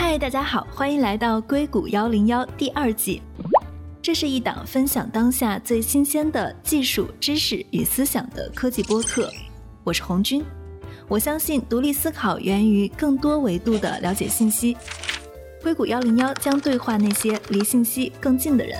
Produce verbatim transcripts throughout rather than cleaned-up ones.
嗨，大家好，欢迎来到硅谷一零一第二季。这是一档分享当下最新鲜的技术、知识与思想的科技播客。我是红军，我相信独立思考源于更多维度的了解信息。硅谷一零一将对话那些离信息更近的人。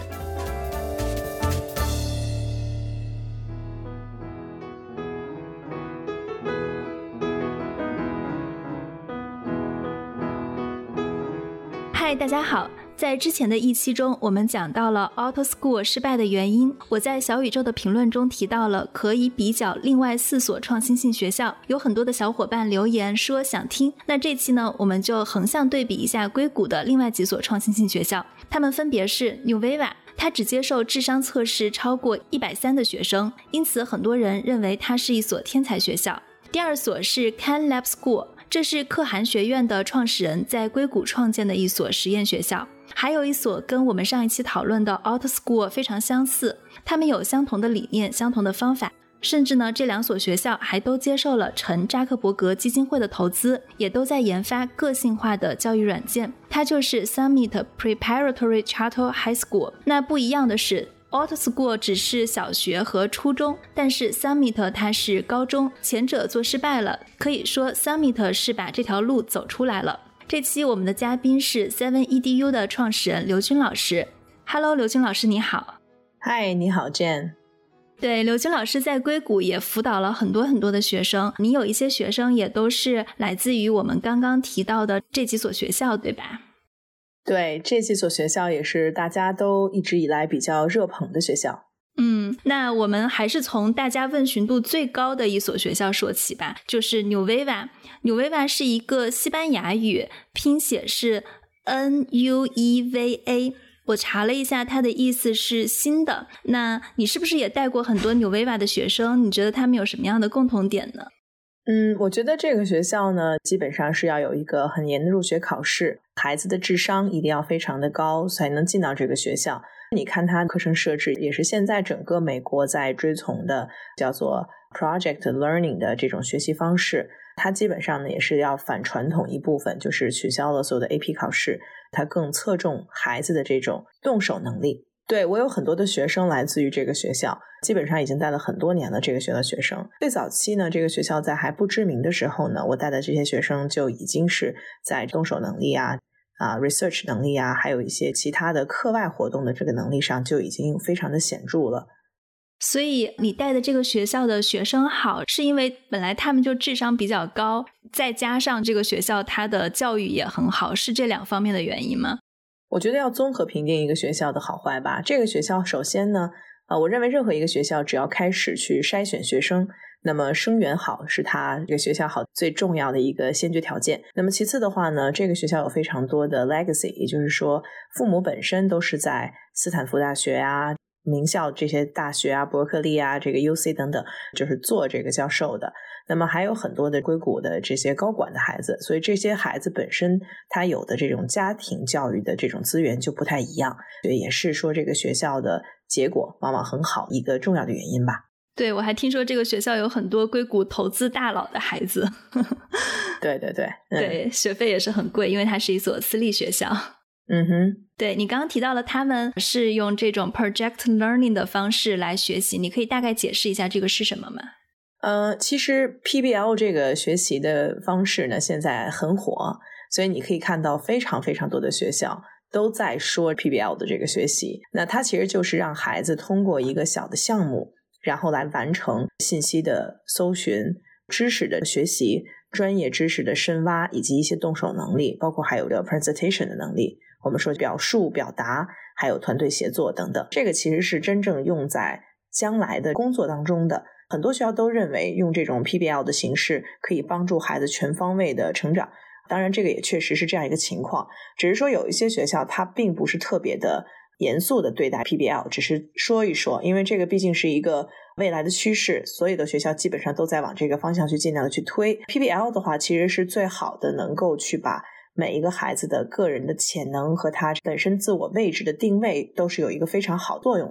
嗨，大家好，在之前的一期中，我们讲到了 AutoSchool 失败的原因。我在小宇宙的评论中提到了可以比较另外四所创新性学校，有很多的小伙伴留言说想听。那这期呢，我们就横向对比一下硅谷的另外几所创新性学校，他们分别是 New Viva， 它只接受智商测试超过一百三的学生，因此很多人认为它是一所天才学校。第二所是 Khan Lab School，这是可汗学院的创始人在硅谷创建的一所实验学校。还有一所跟我们上一期讨论的 AutoSchool 非常相似，他们有相同的理念、相同的方法，甚至呢，这两所学校还都接受了陈扎克伯格基金会的投资，也都在研发个性化的教育软件，它就是 Summit Preparatory Charter High School。 那不一样的是AutoSchool 只是小学和初中，但是 Summit 它是高中，前者做失败了，可以说 Summit 是把这条路走出来了。这期我们的嘉宾是 seven E D U 的创始人刘军老师。 Hello， 刘军老师你好。 嗨，你好 Jane。 对，刘军老师在硅谷也辅导了很多很多的学生，你有一些学生也都是来自于我们刚刚提到的这几所学校，对吧？ 对，这几所学校也是大家都一直以来比较热捧的学校。 嗯，那我们还是从大家问询度最高的一所学校说起吧，就是 New Viva。 New Viva 是一个西班牙语，拼写是 N U E V A， 我查了一下，它的意思是新的。那你是不是也带过很多 New Viva 的学生？你觉得他们有什么样的共同点呢？ 嗯，我觉得这个学校呢，基本上是要有一个很严的入学考试，孩子的智商一定要非常的高，才能进到这个学校。你看它课程设置也是现在整个美国在追从的，叫做 Project Learning 的这种学习方式。它基本上呢也是要反传统一部分，就是取消了所有的 A P 考试，它更侧重孩子的这种动手能力。对，我有很多的学生来自于这个学校，基本上已经带了很多年了。这个学校的学生最早期呢，这个学校在还不知名的时候呢，我带的这些学生就已经是在动手能力啊啊 research 能力啊，还有一些其他的课外活动的这个能力上就已经非常的显著了。 所以你带的这个学校的学生好，是因为本来他们就智商比较高，再加上这个学校它的教育也很好，是这两方面的原因吗？ 我觉得要综合评定一个学校的好坏吧。这个学校首先呢，呃，我认为任何一个学校只要开始去筛选学生，那么生源好是它这个学校好最重要的一个先决条件。那么其次的话呢，这个学校有非常多的 legacy， 也就是说父母本身都是在斯坦福大学啊、名校这些大学啊、伯克利啊、这个 U C 等等，就是做这个教授的。那么还有很多的硅谷的这些高管的孩子，所以这些孩子本身他有的这种家庭教育的这种资源就不太一样，所以也是说这个学校的结果往往很好一个重要的原因吧。 对，我还听说这个学校有很多硅谷投资大佬的孩子。 对对对、嗯、 对，学费也是很贵，因为它是一所私立学校。 嗯哼， 对，你刚刚提到了他们是用这种 project learning 的方式来学习，你可以大概解释一下这个是什么吗？ 呃，其实 P B L 这个学习的方式呢，现在很火，所以你可以看到非常非常多的学校都在说 P B L 的这个学习。那它其实就是让孩子通过一个小的项目，然后来完成信息的搜寻、知识的学习、专业知识的深挖，以及一些动手能力，包括还有这个 presentation 的能力，我们说表述、表达，还有团队协作等等。这个其实是真正用在将来的工作当中的。很多学校都认为用这种 P B L 的形式可以帮助孩子全方位的成长，当然这个也确实是这样一个情况，只是说有一些学校它并不是特别的严肃的对待 P B L， 只是说一说，因为这个毕竟是一个未来的趋势，所有的学校基本上都在往这个方向去尽量的去推。 P B L 的话其实是最好的能够去把每一个孩子的个人的潜能和他本身自我位置的定位都是有一个非常好作用的。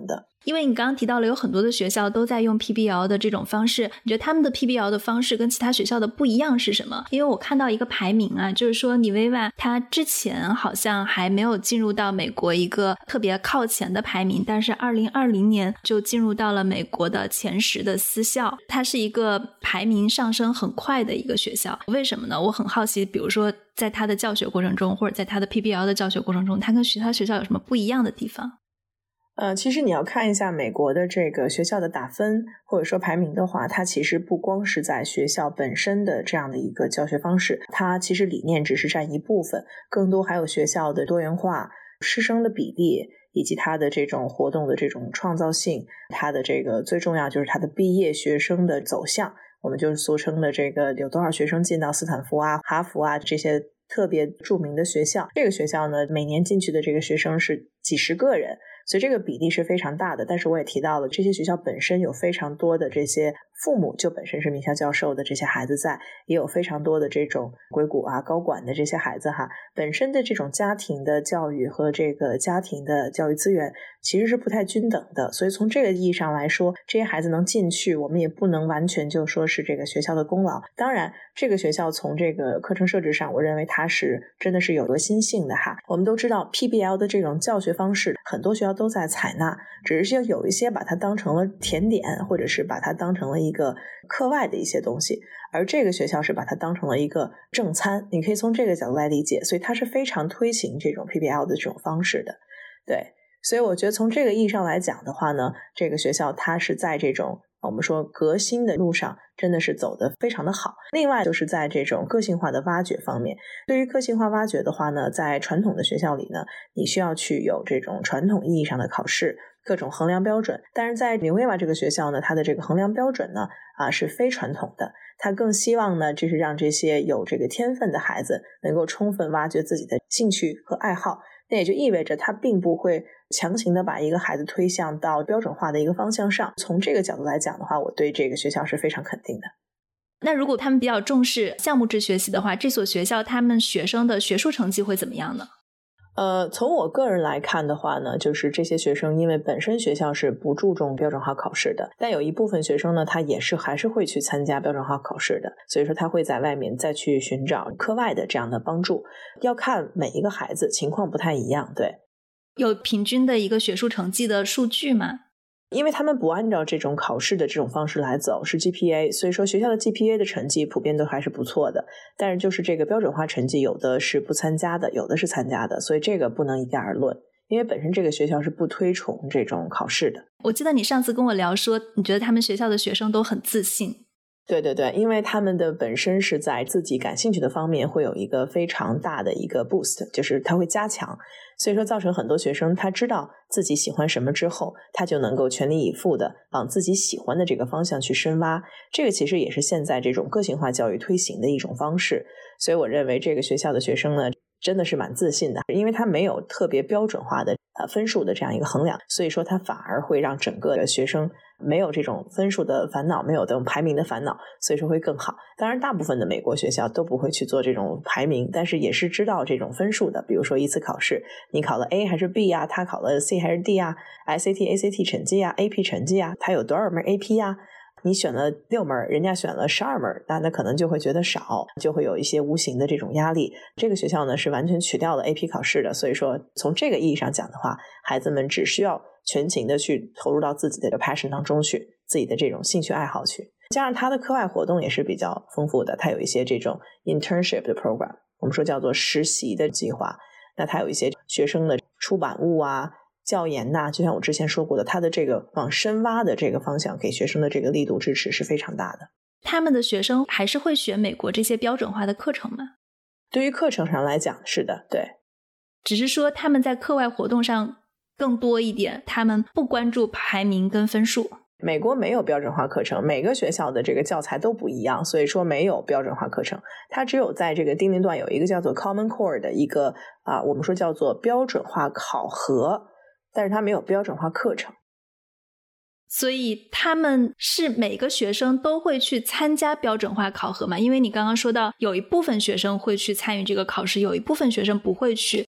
因为你刚刚提到了有很多的学校都在用 P B L 的这种方式，你觉得他们的 P B L 的方式跟其他学校的不一样是什么？因为我看到一个排名啊，就是说尼维瓦它之前好像还没有进入到美国一个特别靠前的排名，但是二零二零年就进入到了美国的前十的私校，它是一个排名上升很快的一个学校。为什么呢？我很好奇，比如说在它的教学过程中，或者在它的 P B L 的教学过程中，它跟其他学校有什么不一样的地方？ 呃，其实你要看一下美国的这个学校的打分或者说排名的话，它其实不光是在学校本身的这样的一个教学方式，它其实理念只是占一部分，更多还有学校的多元化、师生的比例，以及它的这种活动的这种创造性，它的这个最重要就是它的毕业学生的走向，我们就是俗称的这个有多少学生进到斯坦福啊、哈佛啊这些特别著名的学校。这个学校呢，每年进去的这个学生是几十个人，所以这个比例是非常大的。但是我也提到了，这些学校本身有非常多的这些父母就本身是名校教授的这些孩子在，也有非常多的这种硅谷啊高管的这些孩子哈，本身的这种家庭的教育和这个家庭的教育资源其实是不太均等的，所以从这个意义上来说，这些孩子能进去，我们也不能完全就说是这个学校的功劳。当然这个学校从这个课程设置上，我认为它是真的是有革新性的哈。我们都知道 P B L 的这种教学方式很多学校都在采纳，只是有一些把它当成了甜点，或者是把它当成了一个课外的一些东西，而这个学校是把它当成了一个正餐，你可以从这个角度来理解，所以它是非常推行这种 P B L 的这种方式的。对，所以我觉得从这个意义上来讲的话呢，这个学校它是在这种我们说革新的路上真的是走得非常的好。另外就是在这种个性化的挖掘方面，对于个性化挖掘的话呢，在传统的学校里呢，你需要去有这种传统意义上的考试，各种衡量标准，但是在纽维瓦这个学校呢，它的这个衡量标准呢啊是非传统的，它更希望呢就是让这些有这个天分的孩子能够充分挖掘自己的兴趣和爱好，那也就意味着它并不会强行的把一个孩子推向到标准化的一个方向上。从这个角度来讲的话，我对这个学校是非常肯定的。 那如果他们比较重视项目制学习的话，这所学校他们学生的学术成绩会怎么样呢？ 呃，从我个人来看的话呢，就是这些学生因为本身学校是不注重标准化考试的，但有一部分学生呢，他也是还是会去参加标准化考试的，所以说他会在外面再去寻找课外的这样的帮助，要看每一个孩子情况不太一样。对， 有平均的一个学术成绩的数据吗？ 因为他们不按照这种考试的这种方式来走，是 G P A， 所以说学校的 G P A 的成绩普遍都还是不错的，但是就是这个标准化成绩有的是不参加的，有的是参加的，所以这个不能一概而论，因为本身这个学校是不推崇这种考试的。 我记得你上次跟我聊说，你觉得他们学校的学生都很自信。 对对对，因为他们的本身是在自己感兴趣的方面会有一个非常大的一个 boost， 就是他会加强，所以说造成很多学生他知道自己喜欢什么之后，他就能够全力以赴的往自己喜欢的这个方向去深挖，这个其实也是现在这种个性化教育推行的一种方式。所以我认为这个学校的学生呢真的是蛮自信的，因为他没有特别标准化的呃分数的这样一个衡量，所以说他反而会让整个的学生没有这种分数的烦恼，没有这种排名的烦恼，所以说会更好。当然大部分的美国学校都不会去做这种排名，但是也是知道这种分数的，比如说一次考试你考了 A 还是 B 啊，他考了 C 还是 D 啊， S A T A C T 成绩啊， A P 成绩啊，他有多少门 A P 啊，你选了六门，人家选了十二门，那那可能就会觉得少，就会有一些无形的这种压力。这个学校呢是完全取掉了 A P 考试的，所以说从这个意义上讲的话，孩子们只需要全情的去投入到自己的 passion 当中去，自己的这种兴趣爱好去，加上他的课外活动也是比较丰富的，他有一些这种 internship 的 program， 我们说叫做实习的计划，那他有一些学生的出版物啊教研呐、啊，就像我之前说过的，他的这个往深挖的这个方向给学生的这个力度支持是非常大的。 他们的学生还是会学美国这些标准化的课程吗？ 对于课程上来讲是的，对， 只是说他们在课外活动上更多一点，他们不关注排名跟分数。 美国没有标准化课程，每个学校的这个教材都不一样，所以说没有标准化课程，它只有在这个低龄段有一个叫做 Common Core 的一个啊，我们说叫做标准化考核，但是它没有标准化课程。 所以他们是每个学生都会去参加标准化考核吗？因为你刚刚说到有一部分学生会去参与这个考试，有一部分学生不会去。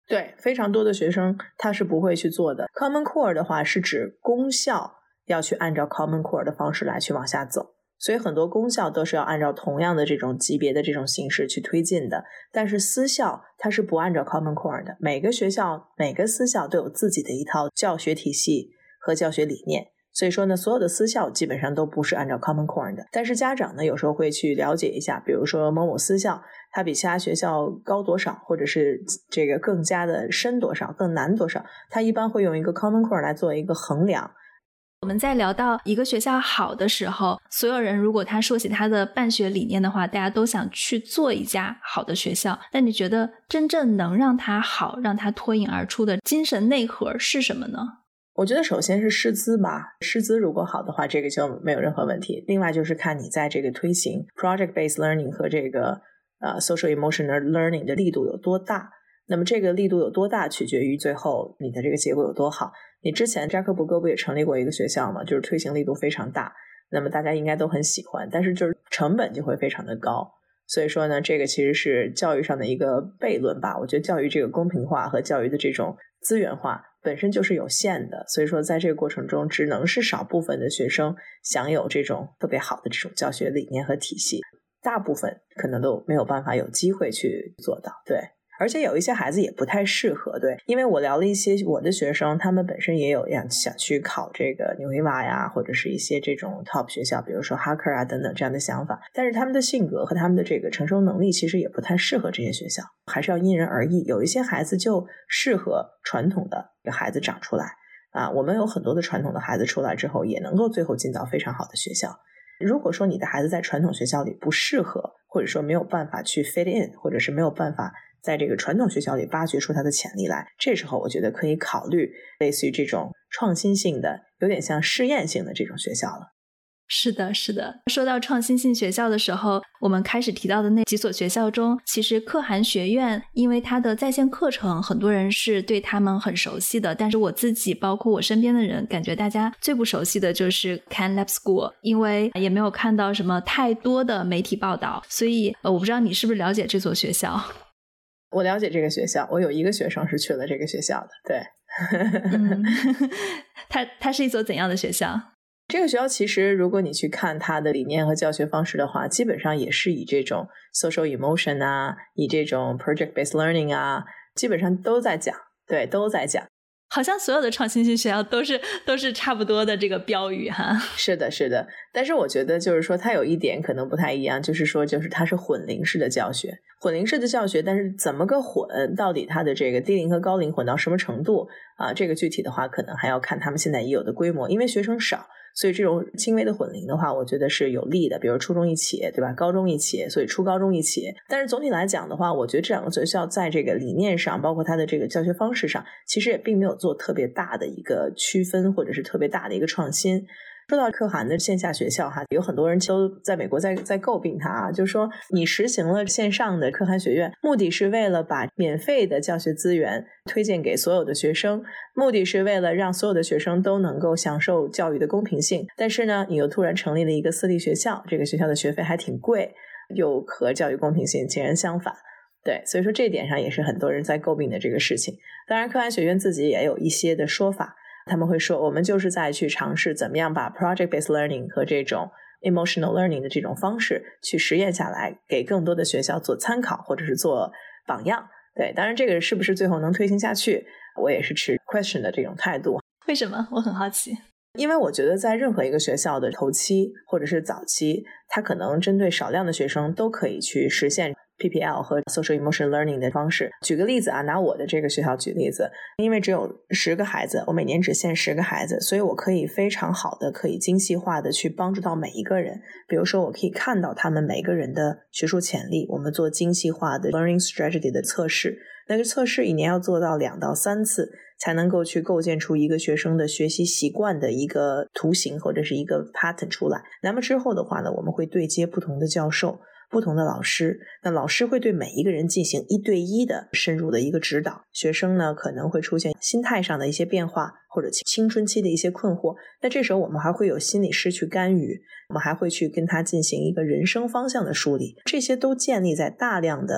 对，非常多的学生他是不会去做的。 Common Core 的话是指公校要去按照 Common Core 的方式来去往下走，所以很多公校都是要按照同样的这种级别的这种形式去推进的，但是私校它是不按照 Common Core 的，每个学校每个私校都有自己的一套教学体系和教学理念，所以说呢，所有的私校基本上都不是按照 Common Core 的。但是家长呢有时候会去了解一下，比如说某某私校它比其他学校高多少，或者是这个更加的深多少，更难多少，它一般会用一个 Common Core 来做一个衡量。 我们在聊到一个学校好的时候，所有人如果他说起他的办学理念的话，大家都想去做一家好的学校。但你觉得真正能让它好，让它脱颖而出的精神内核是什么呢？ 我觉得首先是师资吧，师资如果好的话，这个就没有任何问题。另外就是看你在这个推行 project-based learning 和这个呃 social emotional learning 的力度有多大。那么这个力度有多大，取决于最后你的这个结果有多好。你之前扎克伯格不也成立过一个学校吗？就是推行力度非常大，那么大家应该都很喜欢，但是就是成本就会非常的高。所以说呢，这个其实是教育上的一个悖论吧。我觉得教育这个公平化和教育的这种资源化本身就是有限的，所以说在这个过程中只能是少部分的学生享有这种特别好的这种教学理念和体系，大部分可能都没有办法有机会去做到。对，而且有一些孩子也不太适合。对，因为我聊了一些我的学生，他们本身也有想想去考这个纽维瓦呀，或者是一些这种 top 学校，比如说哈克啊等等这样的想法，但是他们的性格和他们的这个承受能力其实也不太适合这些学校，还是要因人而异。有一些孩子就适合传统的孩子长出来啊，我们有很多的传统的孩子出来之后也能够最后进到非常好的学校。如果说你的孩子在传统学校里不适合，或者说没有办法去 fit in， 或者是没有办法在这个传统学校里挖掘出他的潜力来，这时候我觉得可以考虑类似于这种创新性的，有点像试验性的这种学校了。 是的，是的。说到创新性学校的时候，我们开始提到的那几所学校中，其实可汗学院因为它的在线课程，很多人是对他们很熟悉的，但是我自己包括我身边的人，感觉大家最不熟悉的就是 Khan Lab School， 因为也没有看到什么太多的媒体报道，所以呃，我不知道你是不是了解这所学校。 我了解这个学校，我有一个学生是去了这个学校的。对。 嗯、它它是一所怎样的学校？ 这个学校其实如果你去看它的理念和教学方式的话，基本上也是以这种 social emotion 啊，以这种 project-based learning 啊，基本上都在讲。对，都在讲。 好像所有的创新性学校都是都是差不多的这个标语哈。 是的，是的。但是我觉得就是说它有一点可能不太一样，就是说就是它是混龄式的教学，混龄式的教学，但是怎么个混，到底它的这个低龄和高龄混到什么程度啊？这个具体的话可能还要看他们现在已有的规模，因为学生少。所以这种轻微的混龄的话，我觉得是有利的，比如初中一起，对吧？高中一起，所以初高中一起。但是总体来讲的话，我觉得这两个学校在这个理念上，包括它的这个教学方式上，其实也并没有做特别大的一个区分，或者是特别大的一个创新。说到可汗的线下学校哈，有很多人都在美国在在诟病他啊，就是说你实行了线上的可汗学院，目的是为了把免费的教学资源推荐给所有的学生，目的是为了让所有的学生都能够享受教育的公平性。但是呢，你又突然成立了一个私立学校，这个学校的学费还挺贵，又和教育公平性截然相反。对，所以说这一点上也是很多人在诟病的这个事情。当然可汗学院自己也有一些的说法，他们会说我们就是在去尝试怎么样把 project-based learning 和这种 emotional learning 的这种方式去实验下来，给更多的学校做参考或者是做榜样。对，当然这个是不是最后能推行下去，我也是持 question 的这种态度。 为什么？我很好奇。 因为我觉得在任何一个学校的头期或者是早期，它可能针对少量的学生都可以去实现P P L 和 social emotional learning 的方式。举个例子啊，拿我的这个学校举例子，因为只有十个孩子，我每年只限十个孩子，所以我可以非常好的可以精细化的去帮助到每一个人。比如说我可以看到他们每个人的学术潜力，我们做精细化的 learning strategy 的测试，那个测试一年要做到两到三次，才能够去构建出一个学生的学习习惯的一个图形或者是一个 pattern 出来。那么之后的话呢，我们会对接不同的教授，不同的老师，那老师会对每一个人进行一对一的深入的一个指导。学生呢可能会出现心态上的一些变化，或者青春期的一些困惑，那这时候我们还会有心理师去干预，我们还会去跟他进行一个人生方向的梳理，这些都建立在大量的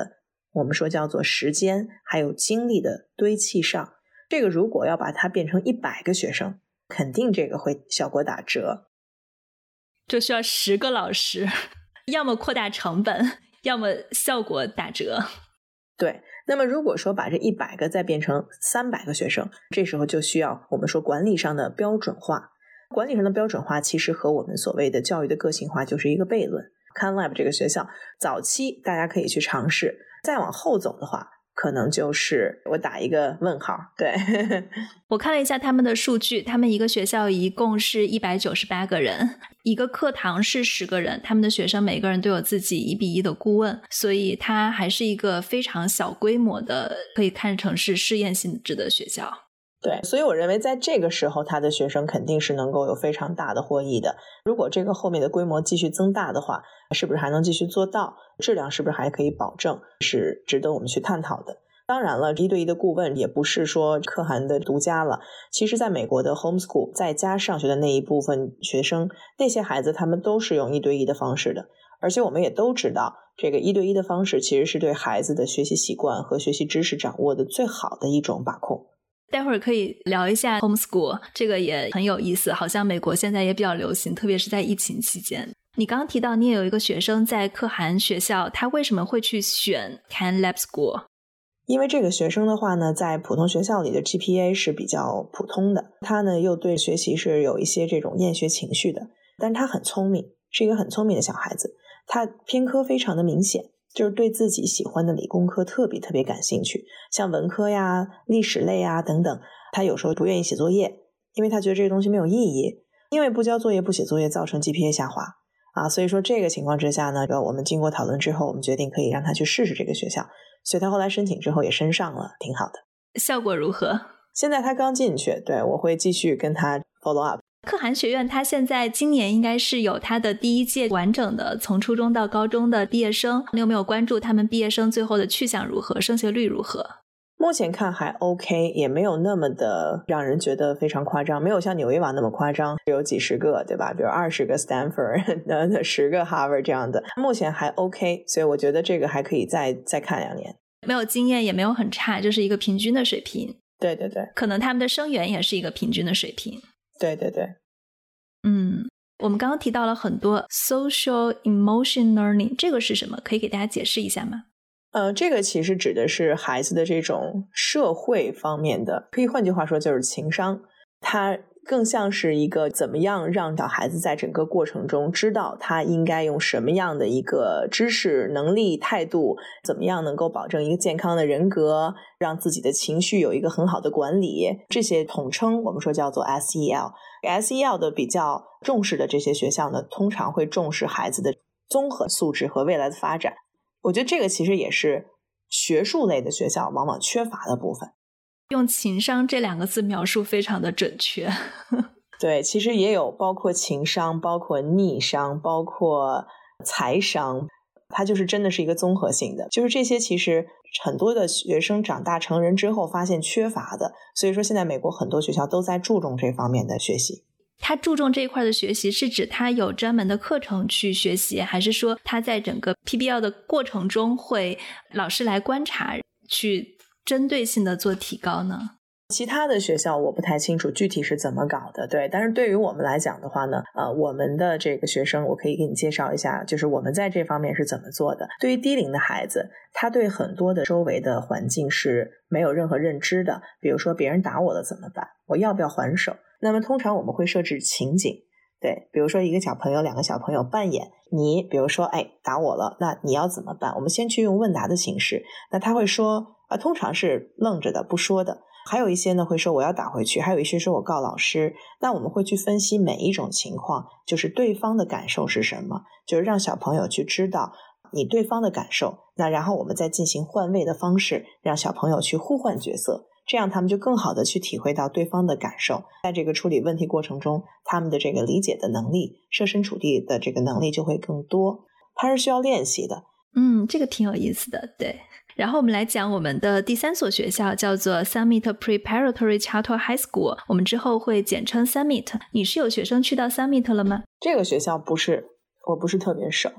我们说叫做时间还有精力的堆砌上。这个如果要把它变成一百个学生，肯定这个会效果打折。 这需要十个老师，要么扩大成本，要么效果打折。 对，那么如果说把这一百个再变成三百个学生，这时候就需要我们说管理上的标准化。管理上的标准化其实和我们所谓的教育的个性化就是一个悖论。CanLab 这个学校早期大家可以去尝试，再往后走的话可能就是我打一个问号。对我看了一下他们的数据，他们一个学校一共是一百九十八个人，一个课堂是十个人，他们的学生每个人都有自己一比一的顾问，所以它还是一个非常小规模的，可以看成是试验性质的学校。 对，所以我认为在这个时候他的学生肯定是能够有非常大的获益的。如果这个后面的规模继续增大的话，是不是还能继续做到，质量是不是还可以保证，是值得我们去探讨的。当然了，一对一的顾问也不是说可汗的独家了，其实在美国的 homeschool 在家上学的那一部分学生，那些孩子他们都是用一对一的方式的，而且我们也都知道这个一对一的方式其实是对孩子的学习习惯和学习知识掌握的最好的一种把控。 待会儿可以聊一下 homeschool， 这个也很有意思，好像美国现在也比较流行，特别是在疫情期间。你刚刚提到你也有一个学生在可汗学校，他为什么会去选 CanLab School？ 因为这个学生的话呢，在普通学校里的 G P A 是比较普通的，他呢又对学习是有一些这种厌学情绪的，但他很聪明，是一个很聪明的小孩子，他偏科非常的明显，就是对自己喜欢的理工科特别特别感兴趣，像文科呀、历史类呀等等，他有时候不愿意写作业，因为他觉得这个东西没有意义，因为不交作业不写作业造成 G P A 下滑啊，所以说这个情况之下呢，我们经过讨论之后，我们决定可以让他去试试这个学校，所以他后来申请之后也申上了，挺好的。 效果如何？ 现在他刚进去，对，我会继续跟他 follow up。 可汗学院他现在今年应该是有他的第一届完整的从初中到高中的毕业生，你有没有关注他们毕业生最后的去向如何，升学率如何？ 目前看还 OK， 也没有那么的让人觉得非常夸张，没有像纽约网那么夸张，有几十个对吧，比如二十个 Stanford 十个 Harvard 这样的，目前还 OK， 所以我觉得这个还可以再再看两年。 没有经验也没有很差，就是一个平均的水平。 对对对， 可能他们的生源也是一个平均的水平。 对对对， 嗯，我们刚刚提到了很多 social emotion learning， 这个是什么？可以给大家解释一下吗？ 呃，这个其实指的是孩子的这种社会方面的，可以换句话说就是情商，它更像是一个怎么样让小孩子在整个过程中知道他应该用什么样的一个知识、能力、态度，怎么样能够保证一个健康的人格，让自己的情绪有一个很好的管理，这些统称我们说叫做 S E L。S E L 的比较重视的这些学校呢，通常会重视孩子的综合素质和未来的发展。我觉得这个其实也是学术类的学校往往缺乏的部分。 用情商这两个字描述非常的准确。 对，其实也有包括情商，包括逆商，包括财商，它就是真的是一个综合性的，就是这些其实很多的学生长大成人之后发现缺乏的，所以说现在美国很多学校都在注重这方面的学习。 他注重这一块的学习是指他有专门的课程去学习，还是说他在整个 P B L 的过程中会老师来观察，去针对性的做提高呢？ 其他的学校我不太清楚具体是怎么搞的，对，但是对于我们来讲的话呢，呃，我们的这个学生我可以给你介绍一下，就是我们在这方面是怎么做的。对于低龄的孩子，他对很多的周围的环境是没有任何认知的，比如说别人打我了怎么办，我要不要还手，那么通常我们会设置情景，对，比如说一个小朋友两个小朋友扮演你，比如说哎打我了，那你要怎么办，我们先去用问答的形式，那他会说啊，通常是愣着的不说的，还有一些呢会说我要打回去，还有一些说我告老师。那我们会去分析每一种情况，就是对方的感受是什么，就是让小朋友去知道你对方的感受，那然后我们再进行换位的方式，让小朋友去互换角色，这样他们就更好的去体会到对方的感受，在这个处理问题过程中，他们的这个理解的能力，设身处地的这个能力就会更多，它是需要练习的。 嗯，这个挺有意思的，对。然后我们来讲我们的第三所学校，叫做 Summit Preparatory Charter High School， 我们之后会简称 Summit。你是有学生去到 Summit 了吗？ 这个学校不是，我不是特别熟。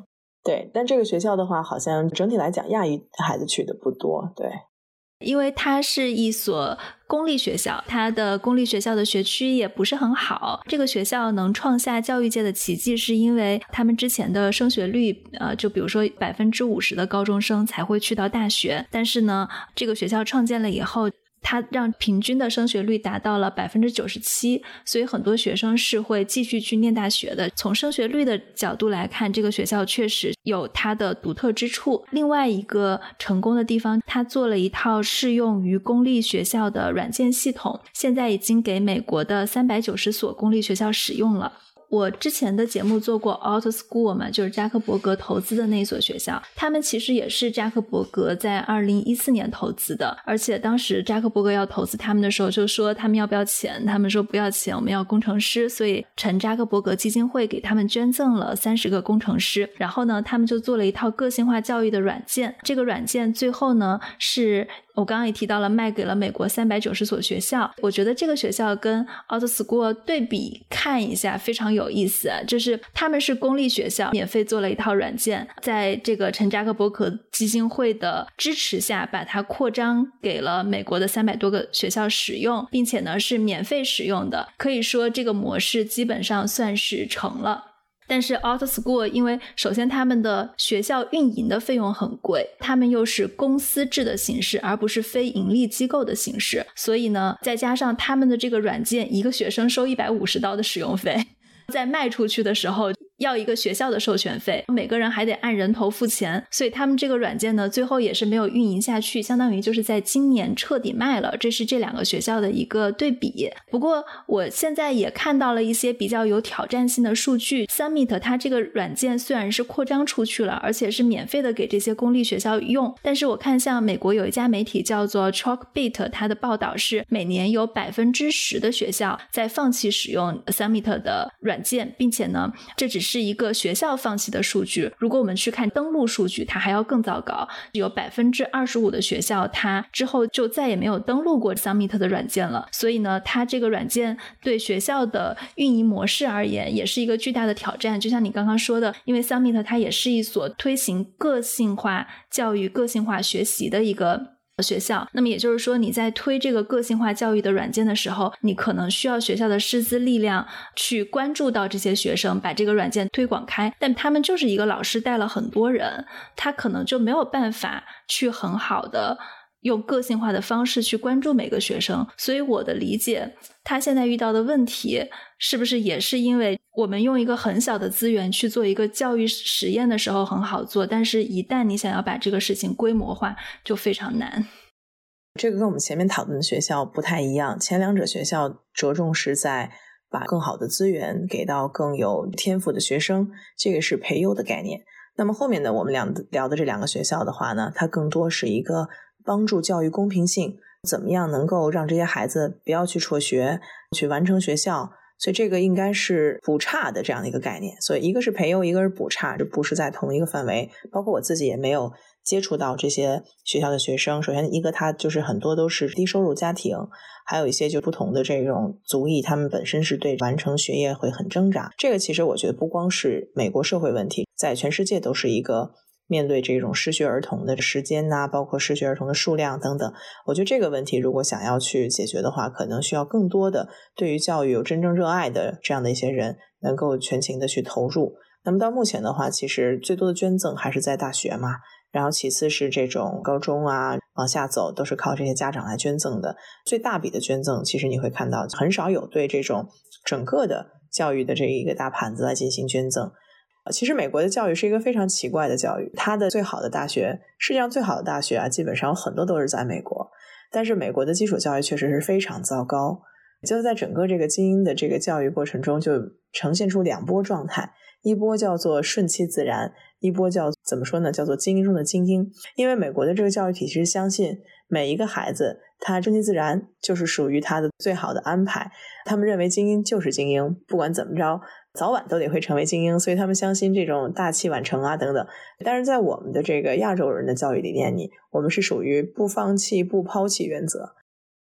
对，但这个学校的话，好像整体来讲，亚裔孩子去的不多。对， 因为它是一所公立学校，它的公立学校的学区也不是很好。这个学校能创下教育界的奇迹，是因为他们之前的升学率，呃，就比如说百分之五十的高中生才会去到大学，但是呢，这个学校创建了以后，它让平均的升学率达到了 百分之九十七， 所以很多学生是会继续去念大学的。从升学率的角度来看，这个学校确实有它的独特之处。另外一个成功的地方，它做了一套适用于公立学校的软件系统，现在已经给美国的三百九十所公立学校使用了。我之前的节目做过 Auto School 嘛，就是扎克伯格投资的那一所学校，他们其实也是扎克伯格在二零一四年投资的，而且当时扎克伯格要投资他们的时候就说他们要不要钱，他们说不要钱，我们要工程师，所以陈扎克伯格基金会给他们捐赠了三十个工程师，然后呢他们就做了一套个性化教育的软件，这个软件最后呢是我刚刚也提到了卖给了美国三百九十所学校。我觉得这个学校跟 Auto School 对比看一下非常有意思，就是他们是公立学校免费做了一套软件，在这个陈扎克伯格基金会的支持下把它扩张给了美国的三百多个学校使用，并且呢是免费使用的，可以说这个模式基本上算是成了。但是 Auto School 因为首先他们的学校运营的费用很贵，他们又是公司制的形式而不是非盈利机构的形式，所以呢再加上他们的这个软件一个学生收一百五十刀的使用费，在卖出去的时候要一个学校的授权费，每个人还得按人头付钱，所以他们这个软件呢最后也是没有运营下去，相当于就是在今年彻底卖了，这是这两个学校的一个对比。不过我现在也看到了一些比较有挑战性的数据， Summit 它这个软件虽然是扩张出去了，而且是免费的给这些公立学校用，但是我看像美国有一家媒体叫做 Chalkbeat， 它的报道是每年有 百分之十 的学校在放弃使用 Summit 的软件，并且呢这只是一个学校放弃的数据，如果我们去看登录数据它还要更糟糕，有 百分之二十五 的学校它之后就再也没有登录过 Summit 的软件了，所以呢它这个软件对学校的运营模式而言也是一个巨大的挑战。就像你刚刚说的，因为 Summit 它也是一所推行个性化教育个性化学习的一个学校，那么也就是说你在推这个个性化教育的软件的时候，你可能需要学校的师资力量去关注到这些学生，把这个软件推广开，但他们就是一个老师带了很多人，他可能就没有办法去很好的用个性化的方式去关注每个学生。所以我的理解，他现在遇到的问题是不是也是因为我们用一个很小的资源去做一个教育实验的时候很好做，但是一旦你想要把这个事情规模化就非常难。 这个跟我们前面讨论的学校不太一样，前两者学校着重是在把更好的资源给到更有天赋的学生，这个是培优的概念。那么后面呢，我们聊聊的这两个学校的话呢，它更多是一个帮助教育公平性，怎么样能够让这些孩子不要去辍学，去完成学校，所以这个应该是补差的这样的一个概念。所以一个是培优，一个是补差，这不是在同一个范围。包括我自己也没有接触到这些学校的学生，首先一个他就是很多都是低收入家庭，还有一些就不同的这种族裔，他们本身是对完成学业会很挣扎。这个其实我觉得不光是美国社会问题，在全世界都是一个面对这种失学儿童的时间呐、啊，包括失学儿童的数量等等，我觉得这个问题如果想要去解决的话，可能需要更多的对于教育有真正热爱的这样的一些人能够全情的去投入。那么到目前的话，其实最多的捐赠还是在大学嘛，然后其次是这种高中啊，往下走都是靠这些家长来捐赠的。最大笔的捐赠其实你会看到很少有对这种整个的教育的这一个大盘子来进行捐赠。其实美国的教育是一个非常奇怪的教育，它的最好的大学，世界上最好的大学啊，基本上有很多都是在美国，但是美国的基础教育确实是非常糟糕。就在整个这个精英的这个教育过程中，就呈现出两波状态，一波叫做顺其自然，一波叫怎么说呢，叫做精英中的精英。因为美国的这个教育体系是相信每一个孩子他顺其自然就是属于他的最好的安排，他们认为精英就是精英，不管怎么着早晚都得会成为精英，所以他们相信这种大器晚成啊等等。但是在我们的这个亚洲人的教育理念里，我们是属于不放弃不抛弃原则，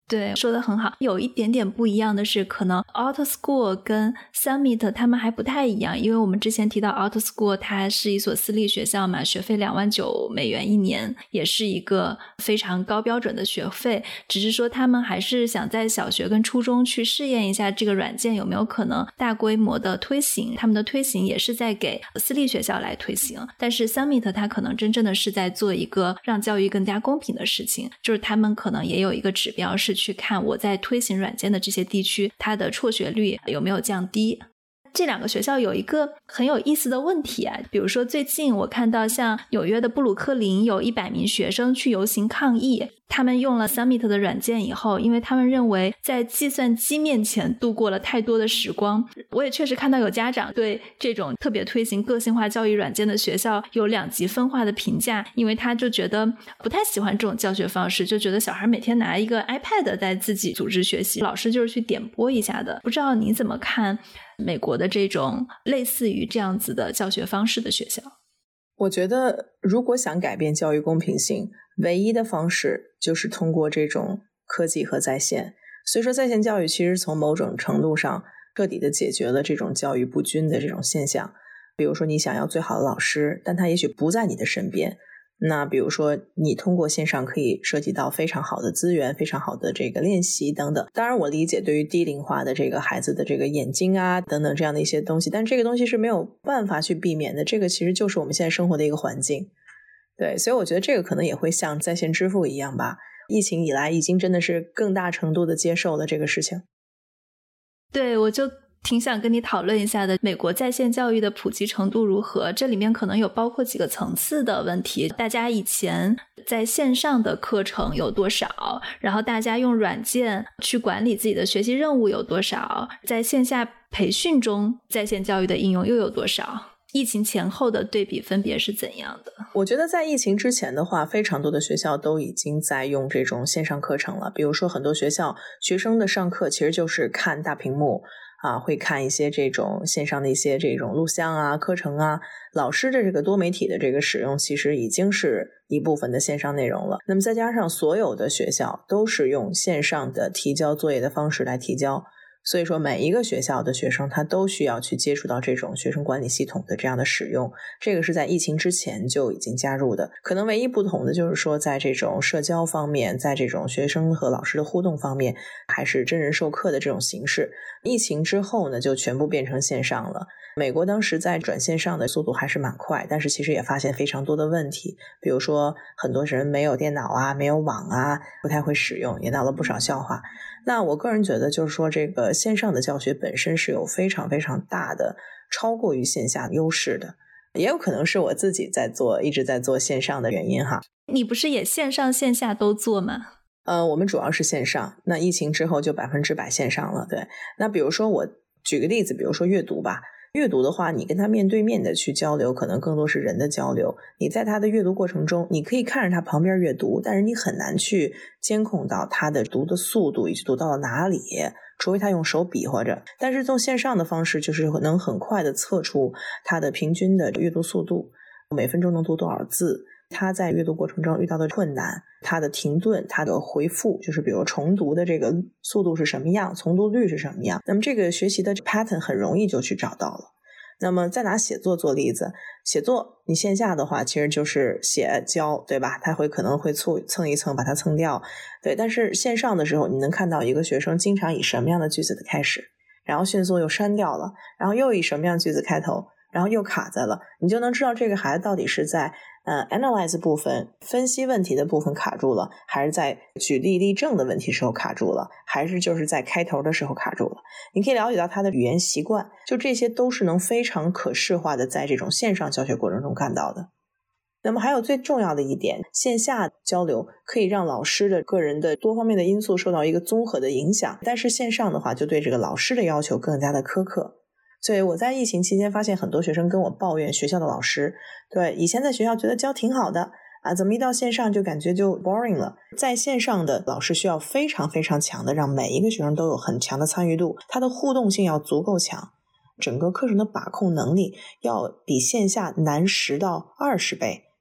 对，说得很好。有一点点不一样的是，可能 Auto School 跟 Summit 他们还不太一样，因为我们之前提到 Auto School 它是一所私立学校嘛，学费两万九美元一年，也是一个非常高标准的学费，只是说他们还是想在小学跟初中去试验一下这个软件有没有可能大规模的推行，他们的推行也是在给私立学校来推行，但是 Summit 它可能真正的是在做一个让教育更加公平的事情，就是他们可能也有一个指标是去看我在推行软件的这些地区它的辍学率有没有降低。这两个学校有一个很有意思的问题啊，比如说最近我看到像纽约的布鲁克林有一百名学生去游行抗议，他们用了 Summit 的软件以后，因为他们认为在计算机面前度过了太多的时光。我也确实看到有家长对这种特别推行个性化教育软件的学校有两极分化的评价，因为他就觉得不太喜欢这种教学方式，就觉得小孩每天拿一个 iPad 在自己组织学习，老师就是去点播一下的。不知道你怎么看美国的这种类似于这样子的教学方式的学校？ 我觉得如果想改变教育公平性，唯一的方式就是通过这种科技和在线。所以说在线教育其实从某种程度上彻底的解决了这种教育不均的这种现象。比如说你想要最好的老师，但他也许不在你的身边，那比如说你通过线上可以涉及到非常好的资源，非常好的这个练习等等。当然我理解对于低龄化的这个孩子的这个眼睛啊等等这样的一些东西，但这个东西是没有办法去避免的，这个其实就是我们现在生活的一个环境。对，所以我觉得这个可能也会像在线支付一样吧，疫情以来已经真的是更大程度的接受了这个事情。 对，我就挺想跟你讨论一下的，美国在线教育的普及程度如何？这里面可能有包括几个层次的问题。大家以前在线上的课程有多少？然后大家用软件去管理自己的学习任务有多少？在线下培训中，在线教育的应用又有多少？疫情前后的对比分别是怎样的？ 我觉得在疫情之前的话，非常多的学校都已经在用这种线上课程了。比如说很多学校学生的上课其实就是看大屏幕啊，会看一些这种线上的一些这种录像啊、课程啊，老师的这个多媒体的这个使用其实已经是一部分的线上内容了。那么再加上所有的学校都是用线上的提交作业的方式来提交，所以说每一个学校的学生他都需要去接触到这种学生管理系统的这样的使用，这个是在疫情之前就已经加入的。可能唯一不同的就是说在这种社交方面，在这种学生和老师的互动方面，还是真人授课的这种形式。疫情之后呢，就全部变成线上了。美国当时在转线上的速度还是蛮快，但是其实也发现非常多的问题，比如说很多人没有电脑啊，没有网啊，不太会使用，也闹了不少笑话。那我个人觉得就是说这个线上的教学本身是有非常非常大的超过于线下的优势的，也有可能是我自己在做一直在做线上的原因哈。 你不是也线上线下都做吗？ 呃，我们主要是线上，那疫情之后就百分之百线上了。对，那比如说我举个例子，比如说阅读吧，阅读的话你跟他面对面的去交流，可能更多是人的交流，你在他的阅读过程中你可以看着他旁边阅读，但是你很难去监控到他的读的速度以及读到了哪里，除非他用手比划着。但是用线上的方式就是能很快的测出他的平均的阅读速度，每分钟能读多少字，他在阅读过程中遇到的困难，他的停顿，他的回复，就是比如重读的这个速度是什么样，重读率是什么样，那么这个学习的 pattern 很容易就去找到了。那么再拿写作做例子，写作你线下的话其实就是写教，对吧？他会可能会蹭蹭一蹭把它蹭掉，对。但是线上的时候你能看到一个学生经常以什么样的句子的开始，然后迅速又删掉了，然后又以什么样的句子开头，然后又卡在了，你就能知道这个孩子到底是在呃 analyze 部分分析问题的部分卡住了，还是在举例例证的问题时候卡住了，还是就是在开头的时候卡住了。你可以了解到他的语言习惯，就这些都是能非常可视化的在这种线上教学过程中看到的。那么还有最重要的一点，线下交流可以让老师的个人的多方面的因素受到一个综合的影响，但是线上的话就对这个老师的要求更加的苛刻。所以我在疫情期间发现很多学生跟我抱怨学校的老师，对，以前在学校觉得教挺好的啊，怎么一到线上就感觉就 boring 了。在线上的老师需要非常非常强的让每一个学生都有很强的参与度，他的互动性要足够强，整个课程的把控能力要比线下难十到二十倍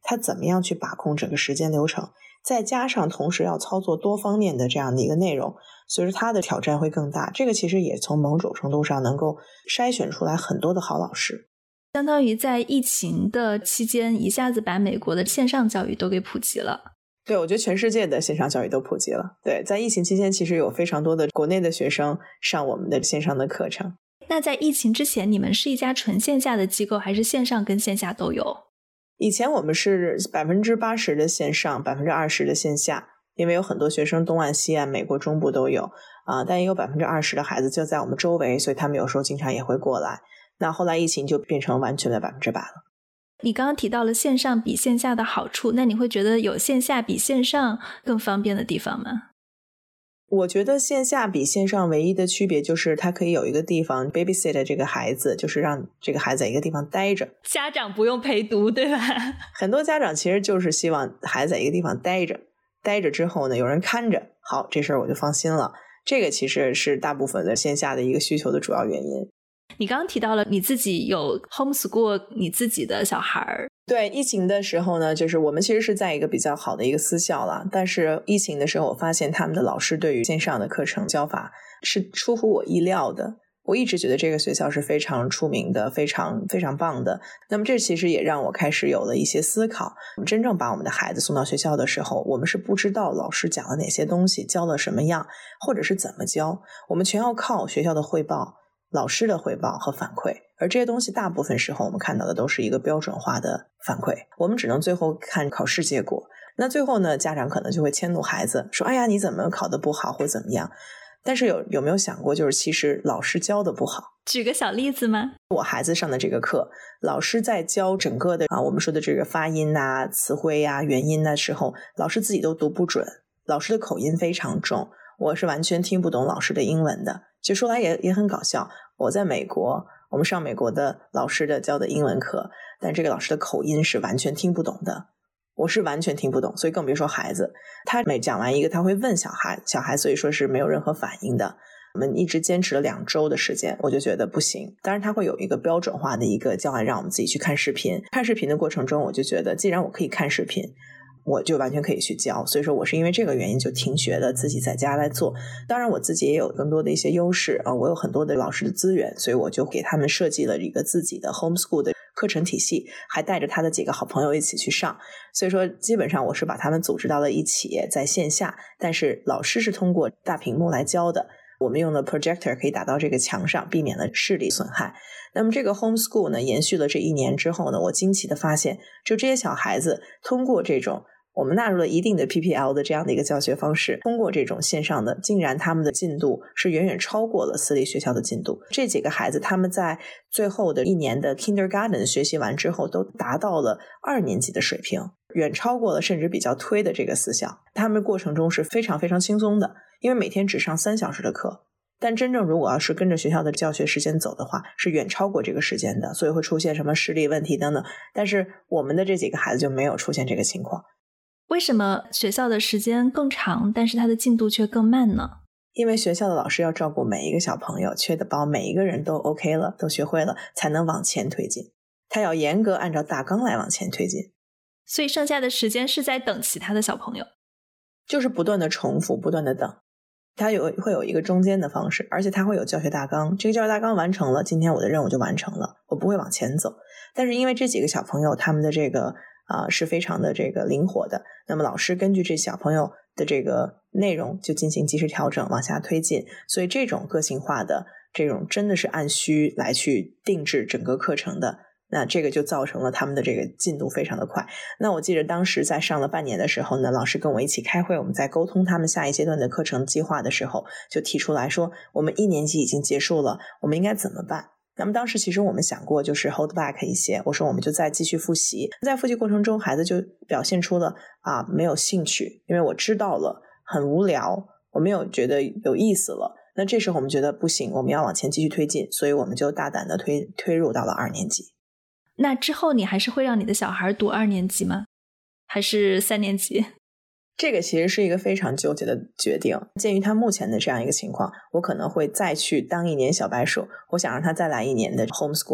他怎么样去把控整个时间流程，再加上同时要操作多方面的这样的一个内容，所以说他的挑战会更大。这个其实也从某种程度上能够筛选出来很多的好老师。 相当于在疫情的期间一下子把美国的线上教育都给普及了。 对，我觉得全世界的线上教育都普及了。对，在疫情期间其实有非常多的国内的学生上我们的线上的课程。 那在疫情之前，你们是一家纯线下的机构，还是线上跟线下都有？ 以前我们是 百分之八十 的线上 百分之二十 的线下，因为有很多学生东岸西岸美国中部都有啊、呃，但也有 百分之二十 的孩子就在我们周围，所以他们有时候经常也会过来。那后来疫情就变成完全的 百分之百 了。 你刚刚提到了线上比线下的好处，那你会觉得有线下比线上更方便的地方吗？ 我觉得线下比线上唯一的区别就是它可以有一个地方 babysit 这个孩子，就是让这个孩子在一个地方待着， 家长不用陪读，对吧？ 很多家长其实就是希望孩子在一个地方待着，待着之后呢有人看着，好，这事儿我就放心了。这个其实是大部分的线下的一个需求的主要原因。 你刚刚提到了你自己有 homeschool 你自己的小孩。 对，疫情的时候呢，就是我们其实是在一个比较好的一个私校了，但是疫情的时候我发现他们的老师对于线上的课程教法是出乎我意料的。我一直觉得这个学校是非常出名的，非常非常棒的。那么这其实也让我开始有了一些思考，我们真正把我们的孩子送到学校的时候，我们是不知道老师讲了哪些东西，教了什么样，或者是怎么教，我们全要靠学校的汇报、老师的汇报和反馈。而这些东西大部分时候我们看到的都是一个标准化的反馈，我们只能最后看考试结果。那最后呢，家长可能就会迁怒孩子，说哎呀你怎么考得不好或怎么样。但是有有没有想过，就是其实老师教的不好。 举个小例子吗？ 我孩子上的这个课，老师在教整个的啊，我们说的这个发音啊、词汇啊、元音的时候，老师自己都读不准，老师的口音非常重，我是完全听不懂老师的英文的。就说来也也很搞笑，我在美国，我们上美国的老师的教的英文课，但这个老师的口音是完全听不懂的。我是完全听不懂，所以更别说孩子。他每讲完一个，他会问小孩，小孩所以说是没有任何反应的。我们一直坚持了两周的时间，我就觉得不行。当然他会有一个标准化的一个教案，让我们自己去看视频。看视频的过程中，我就觉得既然我可以看视频，我就完全可以去教。所以说我是因为这个原因就停学了，自己在家来做。当然我自己也有更多的一些优势啊，我有很多的老师的资源，所以我就给他们设计了一个自己的 homeschool 的课程体系，还带着他的几个好朋友一起去上。所以说基本上我是把他们组织到了一起，在线下，但是老师是通过大屏幕来教的。我们用的 projector 可以打到这个墙上，避免了视力损害。那么这个 homeschool 呢，延续了这一年之后呢，我惊奇的发现，就这些小孩子通过这种我们纳入了一定的 P P L 的这样的一个教学方式，通过这种线上的，竟然他们的进度是远远超过了私立学校的进度。这几个孩子他们在最后的一年的 kindergarten 学习完之后，都达到了二年级的水平，远超过了甚至比较推的这个私校。他们过程中是非常非常轻松的，因为每天只上三小时的课。但真正如果要是跟着学校的教学时间走的话，是远超过这个时间的，所以会出现什么视力问题等等。但是我们的这几个孩子就没有出现这个情况。 为什么学校的时间更长，但是它的进度却更慢呢？ 因为学校的老师要照顾每一个小朋友，确保每一个人都 OK 了，都学会了，才能往前推进。他要严格按照大纲来往前推进。 所以剩下的时间是在等其他的小朋友， 就是不断的重复，不断的等。它有会有一个中间的方式，而且它会有教学大纲，这个教学大纲完成了，今天我的任务就完成了，我不会往前走。但是因为这几个小朋友他们的这个啊、呃、是非常的这个灵活的，那么老师根据这小朋友的这个内容就进行及时调整，往下推进。所以这种个性化的这种真的是按需来去定制整个课程的，那这个就造成了他们的这个进度非常的快。那我记得当时在上了半年的时候呢，老师跟我一起开会，我们在沟通他们下一阶段的课程计划的时候，就提出来说我们一年级已经结束了，我们应该怎么办。那么当时其实我们想过就是 hold back 一些，我说我们就再继续复习。在复习过程中孩子就表现出了啊没有兴趣，因为我知道了很无聊，我没有觉得有意思了。那这时候我们觉得不行，我们要往前继续推进，所以我们就大胆的推推入到了二年级。 那之后你还是会让你的小孩读二年级吗？还是三年级？ 这个其实是一个非常纠结的决定。鉴于他目前的这样一个情况，我可能会再去当一年小白鼠，我想让他再来一年的 homeschool，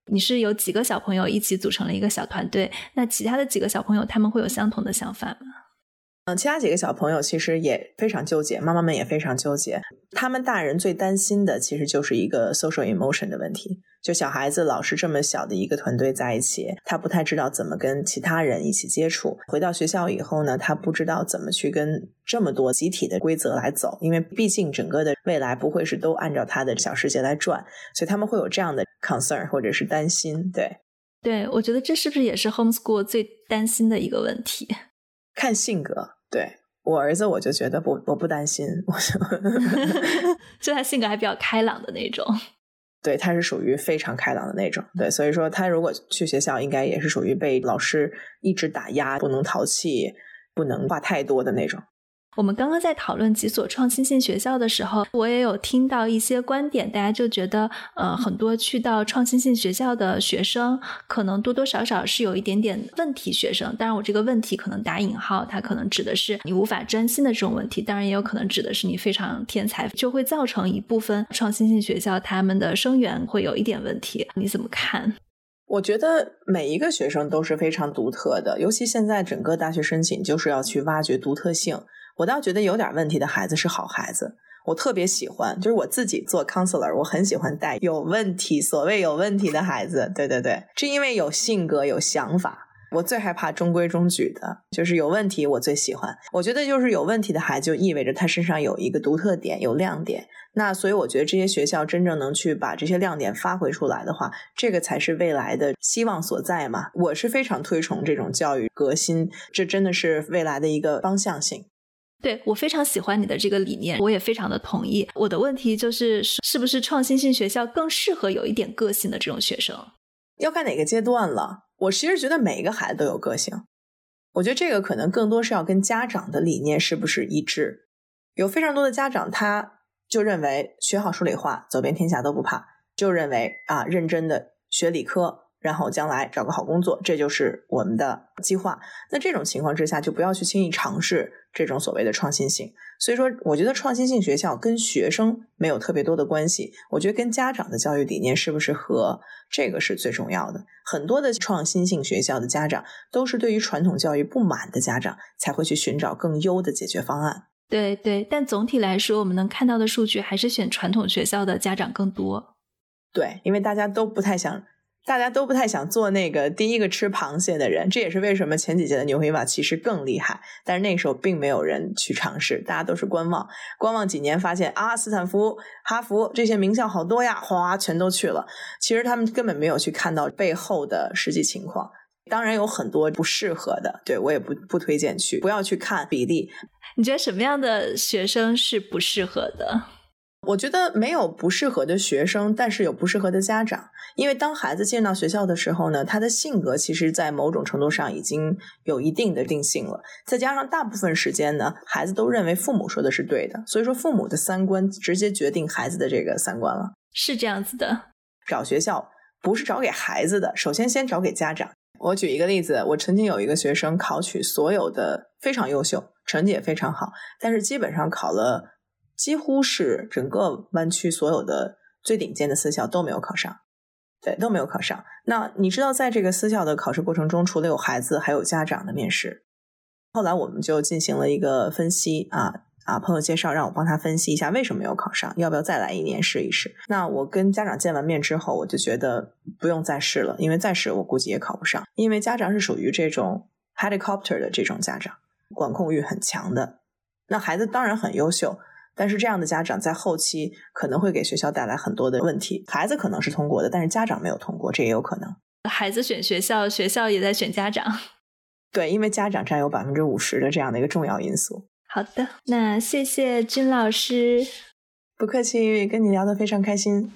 你是有几个小朋友一起组成了一个小团队，那其他的几个小朋友他们会有相同的想法吗？ 嗯，其他几个小朋友其实也非常纠结，妈妈们也非常纠结。他们大人最担心的其实就是一个 social emotion 的问题，就小孩子老是这么小的一个团队在一起，他不太知道怎么跟其他人一起接触。回到学校以后呢，他不知道怎么去跟这么多集体的规则来走，因为毕竟整个的未来不会是都按照他的小世界来转，所以他们会有这样的 concern 或者是担心。对， 对，我觉得这是不是也是 homeschool 最担心的一个问题？ 看性格，对。我儿子我就觉得不我不担心，我就他性格还比较开朗的那种。 对，他是属于非常开朗的那种。对，所以说他如果去学校应该也是属于被老师一直打压，不能淘气，不能话太多的那种。 我们刚刚在讨论几所创新性学校的时候，我也有听到一些观点，大家就觉得呃，很多去到创新性学校的学生可能多多少少是有一点点问题学生，当然我这个问题可能打引号，它可能指的是你无法专心的这种问题，当然也有可能指的是你非常天才，就会造成一部分创新性学校他们的生源会有一点问题，你怎么看？ 我觉得每一个学生都是非常独特的，尤其现在整个大学申请就是要去挖掘独特性。我倒觉得有点问题的孩子是好孩子，我特别喜欢，就是我自己做 counselor， 我很喜欢带有问题，所谓有问题的孩子。对对对，是因为有性格有想法，我最害怕中规中矩的，就是有问题我最喜欢。我觉得就是有问题的孩子就意味着他身上有一个独特点，有亮点，那所以我觉得这些学校真正能去把这些亮点发挥出来的话，这个才是未来的希望所在嘛。我是非常推崇这种教育革新，这真的是未来的一个方向性。 对，我非常喜欢你的这个理念，我也非常的同意。我的问题就是，是不是创新性学校更适合有一点个性的这种学生？ 要看哪个阶段了。我其实觉得每一个孩子都有个性，我觉得这个可能更多是要跟家长的理念是不是一致。有非常多的家长他就认为学好数理化，走遍天下都不怕，就认为啊，认真的学理科，然后将来找个好工作，这就是我们的计划。那这种情况之下就不要去轻易尝试这种所谓的创新性。所以说我觉得创新性学校跟学生没有特别多的关系，我觉得跟家长的教育理念是不是合，这个是最重要的。很多的创新性学校的家长都是对于传统教育不满的家长，才会去寻找更优的解决方案。 对对，但总体来说我们能看到的数据还是选传统学校的家长更多。 对，因为大家都不太想大家都不太想做那个第一个吃螃蟹的人，这也是为什么前几届的纽黑瓦其实更厉害，但是那个时候并没有人去尝试，大家都是观望观望几年，发现啊，斯坦福、哈佛这些名校好多呀，哗全都去了。其实他们根本没有去看到背后的实际情况，当然有很多不适合的，对，我也不不推荐去，不要去看比例。 你觉得什么样的学生是不适合的？ 我觉得没有不适合的学生，但是有不适合的家长。因为当孩子进到学校的时候呢，他的性格其实在某种程度上已经有一定的定性了，再加上大部分时间呢，孩子都认为父母说的是对的，所以说父母的三观直接决定孩子的这个三观了。 是这样子的， 找学校不是找给孩子的，首先先找给家长。我举一个例子，我曾经有一个学生考取所有的非常优秀，成绩也非常好，但是基本上考了几乎是整个湾区所有的最顶尖的私校都没有考上，对，都没有考上。那你知道在这个私校的考试过程中，除了有孩子还有家长的面试，后来我们就进行了一个分析啊啊，朋友介绍让我帮他分析一下为什么没有考上，要不要再来一年试一试。那我跟家长见完面之后，我就觉得不用再试了，因为再试我估计也考不上，因为家长是属于这种 helicopter 的这种家长，管控欲很强的。那孩子当然很优秀，但是这样的家长在后期可能会给学校带来很多的问题，孩子可能是通过的，但是家长没有通过，这也有可能。 孩子选学校，学校也在选家长。 对，因为家长占有 百分之五十 的这样的一个重要因素。 好的，那谢谢君老师。 不客气，跟你聊得非常开心。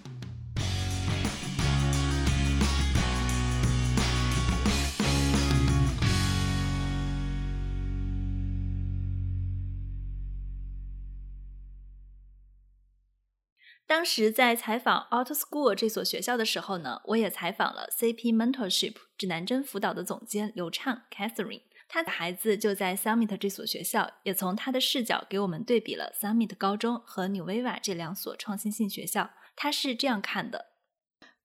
当时在采访 AutoSchool 这所学校的时候呢，我也采访了 C P Mentorship 指南针辅导的总监刘畅 Catherine， 他的孩子就在 Summit 这所学校，也从他的视角给我们对比了 Summit 高中和纽维瓦这两所创新性学校。他是这样看的，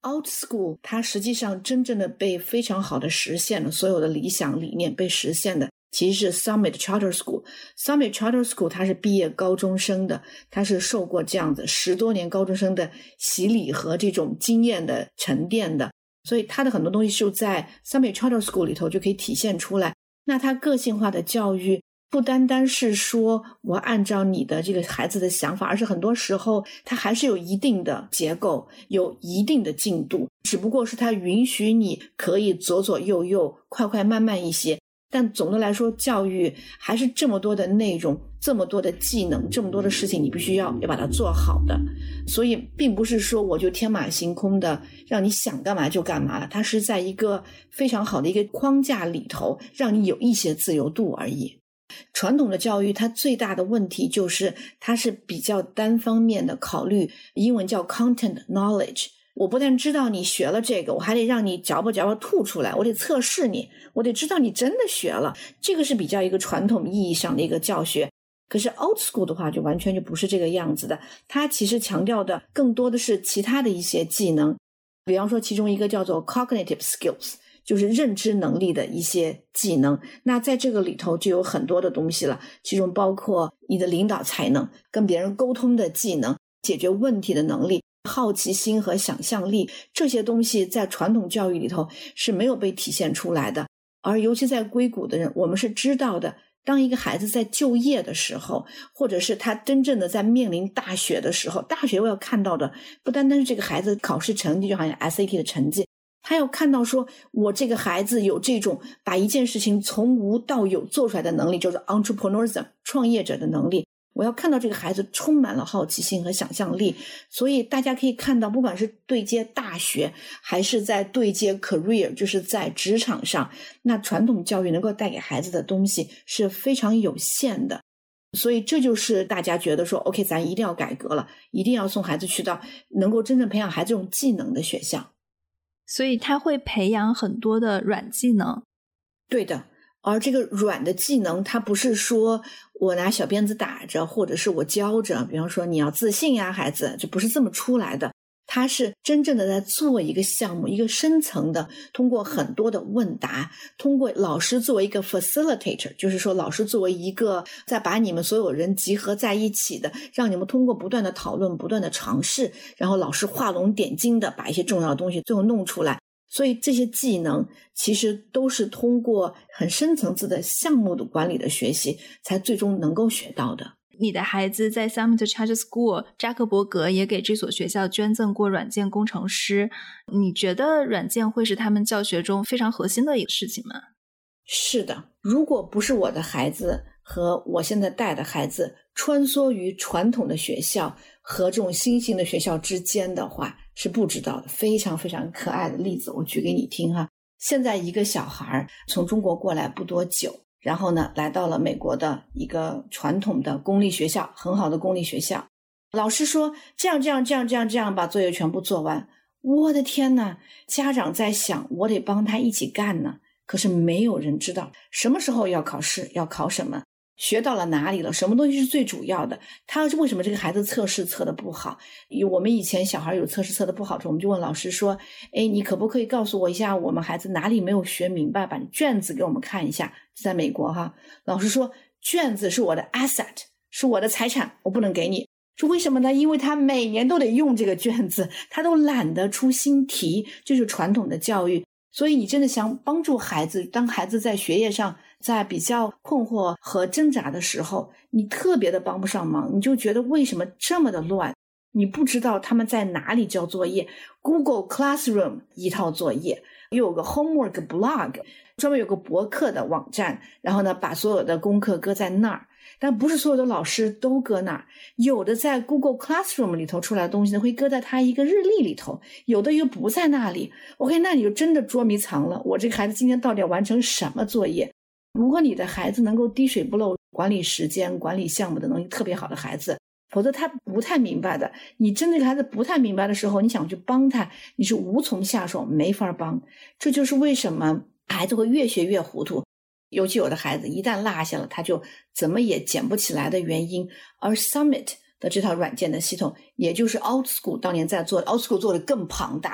Old School 它实际上真正的被非常好的实现了，所有的理想理念被实现的其实是 Summit Charter School。 Summit Charter School 它是毕业高中生的，它是受过这样子十多年高中生的洗礼和这种经验的沉淀的，所以它的很多东西就在 Summit Charter School 里头就可以体现出来。那它个性化的教育不单单是说我按照你的这个孩子的想法，而是很多时候它还是有一定的结构，有一定的进度，只不过是它允许你可以左左右右快快慢慢一些，但总的来说教育还是这么多的内容，这么多的技能，这么多的事情你必须要要把它做好的。所以并不是说我就天马行空的让你想干嘛就干嘛了，它是在一个非常好的一个框架里头让你有一些自由度而已。传统的教育它最大的问题就是它是比较单方面的考虑，英文叫 content knowledge， 我不但知道你学了这个，我还得让你嚼吧嚼吧吐出来，我得测试你，我得知道你真的学了，这个是比较一个传统意义上的一个教学。可是 old school 的话就完全就不是这个样子的，它其实强调的更多的是其他的一些技能，比方说其中一个叫做 cognitive skills，就是认知能力的一些技能。那在这个里头就有很多的东西了，其中包括你的领导才能，跟别人沟通的技能，解决问题的能力，好奇心和想象力，这些东西在传统教育里头是没有被体现出来的。而尤其在硅谷的人，我们是知道的，当一个孩子在就业的时候，或者是他真正的在面临大学的时候，大学我要看到的不单单是这个孩子考试成绩，就好像 S A T 的成绩，他要看到说我这个孩子有这种把一件事情从无到有做出来的能力，就是 entrepreneurism 创业者的能力，我要看到这个孩子充满了好奇心和想象力。所以大家可以看到，不管是对接大学还是在对接 career， 就是在职场上，那传统教育能够带给孩子的东西是非常有限的。所以这就是大家觉得说 OK 咱一定要改革了，一定要送孩子去到能够真正培养孩子这种技能的学校。 所以他会培养很多的软技能。 对的，而这个软的技能它不是说我拿小鞭子打着，或者是我教着，比方说你要自信呀孩子，这不是这么出来的，它是真正的在做一个项目，一个深层的，通过很多的问答，通过老师作为一个 facilitator， 就是说老师作为一个在把你们所有人集合在一起的，让你们通过不断的讨论，不断的尝试，然后老师画龙点睛的把一些重要的东西最后弄出来。所以这些技能其实都是通过很深层次的项目的管理的学习才最终能够学到的。 你的孩子在 Summit Charter School， 扎克伯格也给这所学校捐赠过软件工程师。你觉得软件会是他们教学中非常核心的一个事情吗？ 是的，如果不是我的孩子和我现在带的孩子穿梭于传统的学校和这种新型的学校之间的话，是不知道的。非常非常可爱的例子我举给你听哈。现在一个小孩从中国过来不多久，然后呢来到了美国的一个传统的公立学校，很好的公立学校，老师说这样这样这样这样这样把作业全部做完。我的天哪，家长在想我得帮他一起干呢，可是没有人知道什么时候要考试，要考什么，学到了哪里了，什么东西是最主要的。他为什么这个孩子测试测得不好，我们以前小孩有测试测得不好的时候，我们就问老师说，诶，你可不可以告诉我一下我们孩子哪里没有学明白，把你卷子给我们看一下。在美国哈，老师说卷子是我的 asset， 是我的财产，我不能给你。说为什么呢？因为他每年都得用这个卷子，他都懒得出新题，这就是传统的教育。所以你真的想帮助孩子，当孩子在学业上在比较困惑和挣扎的时候，你特别的帮不上忙，你就觉得为什么这么的乱，你不知道他们在哪里交作业。 Google Classroom 一套作业，又有个 homework blog， 专门有个博客的网站，然后呢把所有的功课搁在那儿。但不是所有的老师都搁那儿，有的在 Google Classroom 里头出来的东西呢会搁在他一个日历里头，有的又不在那里。 OK， 那你就真的捉迷藏了，我这个孩子今天到底要完成什么作业。如果你的孩子能够滴水不漏，管理时间管理项目的能力特别好的孩子，否则他不太明白的，你真的这个孩子不太明白的时候，你想去帮他，你是无从下手，没法帮。这就是为什么孩子会越学越糊涂，尤其有的孩子一旦落下了，他就怎么也捡不起来的原因。而 Summit 的这套软件的系统，也就是 Old School 当年在做， Old School 做的更庞大了，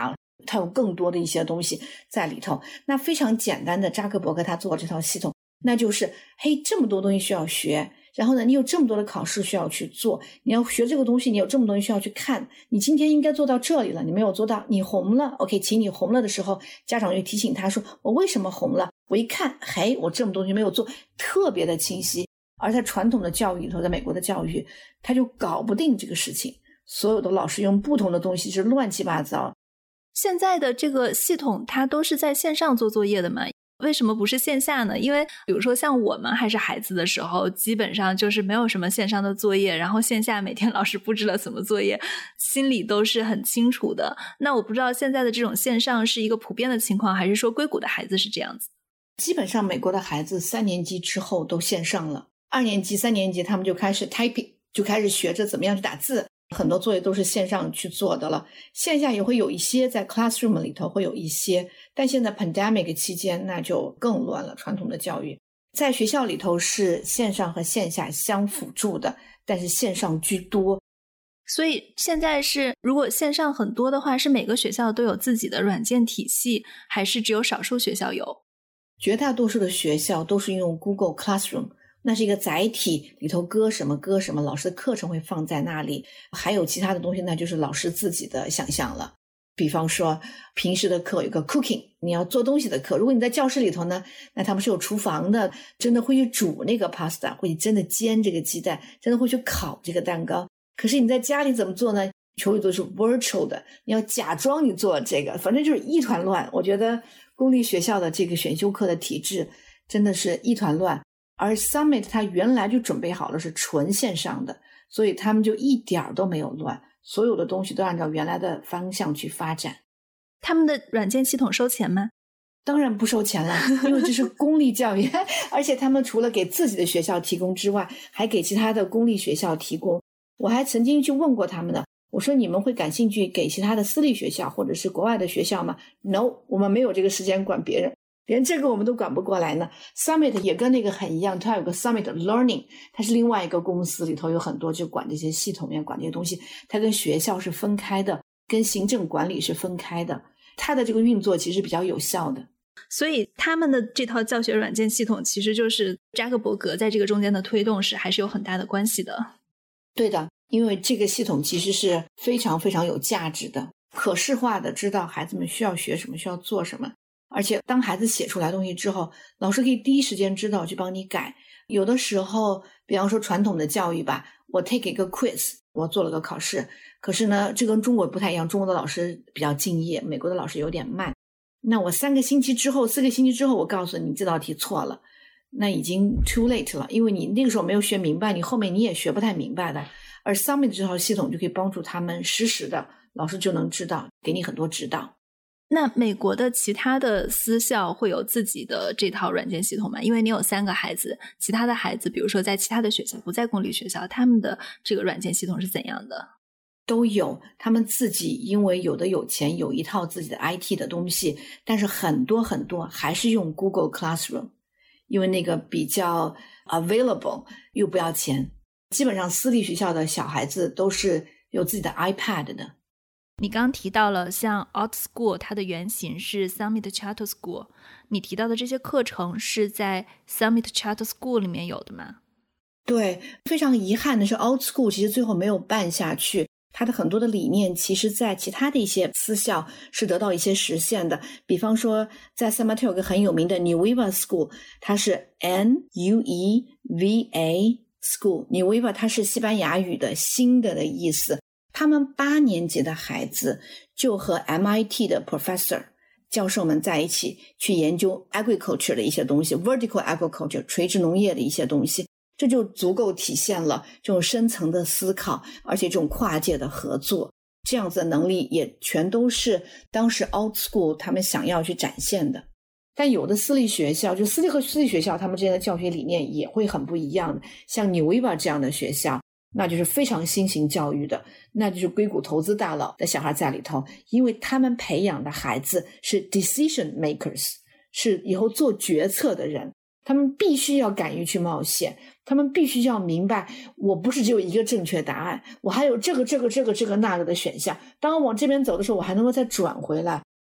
它有更多的一些东西在里头。那非常简单的，扎克伯格他做这套系统，那就是嘿，这么多东西需要学，然后呢，你有这么多的考试需要去做，你要学这个东西，你有这么多东西需要去看，你今天应该做到这里了，你没有做到，你红了 OK， 请你红了的时候，家长就提醒他说我为什么红了，我一看嘿，我这么多东西没有做，特别的清晰。而在传统的教育里头，在美国的教育他就搞不定这个事情，所有的老师用不同的东西是乱七八糟。 现在的这个系统它都是在线上做作业的吗？为什么不是线下呢？因为比如说像我们还是孩子的时候，基本上就是没有什么线上的作业，然后线下每天老师布置了什么作业，心里都是很清楚的。那我不知道现在的这种线上是一个普遍的情况，还是说硅谷的孩子是这样子？ 基本上美国的孩子三年级之后都线上了，二年级三年级他们就开始 typing， 就开始学着怎么样去打字，很多作业都是线上去做的了。线下也会有一些，在 classroom 里头会有一些，但现在 pandemic 期间那就更乱了。传统的教育在学校里头是线上和线下相辅助的，但是线上居多。 所以现在是如果线上很多的话，是每个学校都有自己的软件体系，还是只有少数学校有？ 绝大多数的学校都是用 Google Classroom， 那是一个载体，里头搁什么搁什么，老师的课程会放在那里，还有其他的东西那就是老师自己的想象了。比方说平时的课有个 cooking， 你要做东西的课，如果你在教室里头呢，那他们是有厨房的，真的会去煮那个 pasta， 会真的煎这个鸡蛋，真的会去烤这个蛋糕。可是你在家里怎么做呢？全部都是 virtual 的，你要假装你做这个，反正就是一团乱。我觉得公立学校的这个选修课的体制真的是一团乱，而 Summit 它原来就准备好了是纯线上的，所以他们就一点都没有乱，所有的东西都按照原来的方向去发展。 他们的软件系统收钱吗？ 当然不收钱了，因为这是公立教育而且他们除了给自己的学校提供之外，还给其他的公立学校提供。我还曾经去问过他们的，我说你们会感兴趣给其他的私立学校或者是国外的学校吗？ No， 我们没有这个时间管别人，连这个我们都管不过来呢。 Summit 也跟那个很一样，它有个 Summit Learning， 它是另外一个公司，里头有很多就管这些系统呀，管这些东西，它跟学校是分开的，跟行政管理是分开的，它的这个运作其实比较有效的。 所以他们的这套教学软件系统其实就是扎克伯格在这个中间的推动是还是有很大的关系的。 对的，因为这个系统其实是非常非常有价值的，可视化的知道孩子们需要学什么，需要做什么，而且当孩子写出来东西之后，老师可以第一时间知道去帮你改。有的时候比方说传统的教育吧，我 take 一个 quiz， 我做了个考试，可是呢这跟中国不太一样，中国的老师比较敬业，美国的老师有点慢，那我三个星期之后四个星期之后我告诉你这道题错了，那已经 too late 了，因为你那个时候没有学明白，你后面你也学不太明白的。而 Summit 这套系统就可以帮助他们实时的，老师就能知道，给你很多指导。 那美国的其他的私校会有自己的这套软件系统吗？因为你有三个孩子，其他的孩子比如说在其他的学校，不在公立学校，他们的这个软件系统是怎样的？ 都有，他们自己因为有的有钱，有一套自己的 I T 的东西，但是很多很多还是用 Google Classroom， 因为那个比较 available 又不要钱。基本上私立学校的小孩子都是有自己的 iPad 的。 你刚提到了像 OutSchool 它的原型是 Summit Charter School， 你提到的这些课程是在 Summit Charter School 里面有的吗？ 对，非常遗憾的是 OutSchool 其实最后没有办下去，它的很多的理念其实在其他的一些私校是得到一些实现的。比方说在 San Mateo 有个很有名的 Nueva School， 它是 N U E V A School， Nueva 它是西班牙语的新的的意思。他们八年级的孩子就和 M I T 的 professor 教授们在一起去研究 agriculture 的一些东西， vertical agriculture 垂直农业的一些东西，这就足够体现了这种深层的思考，而且这种跨界的合作，这样子的能力也全都是当时 OutSchool 他们想要去展现的。但有的私立学校，就私立和私立学校他们之间的教学理念也会很不一样的，像 Nueva 这样的学校那就是非常新型教育的，那就是硅谷投资大佬的小孩在里头，因为他们培养的孩子是 decision makers， 是以后做决策的人，他们必须要敢于去冒险，他们必须要明白我不是只有一个正确答案，我还有这个这个这个这个那个的选项，当我往这边走的时候我还能够再转回来，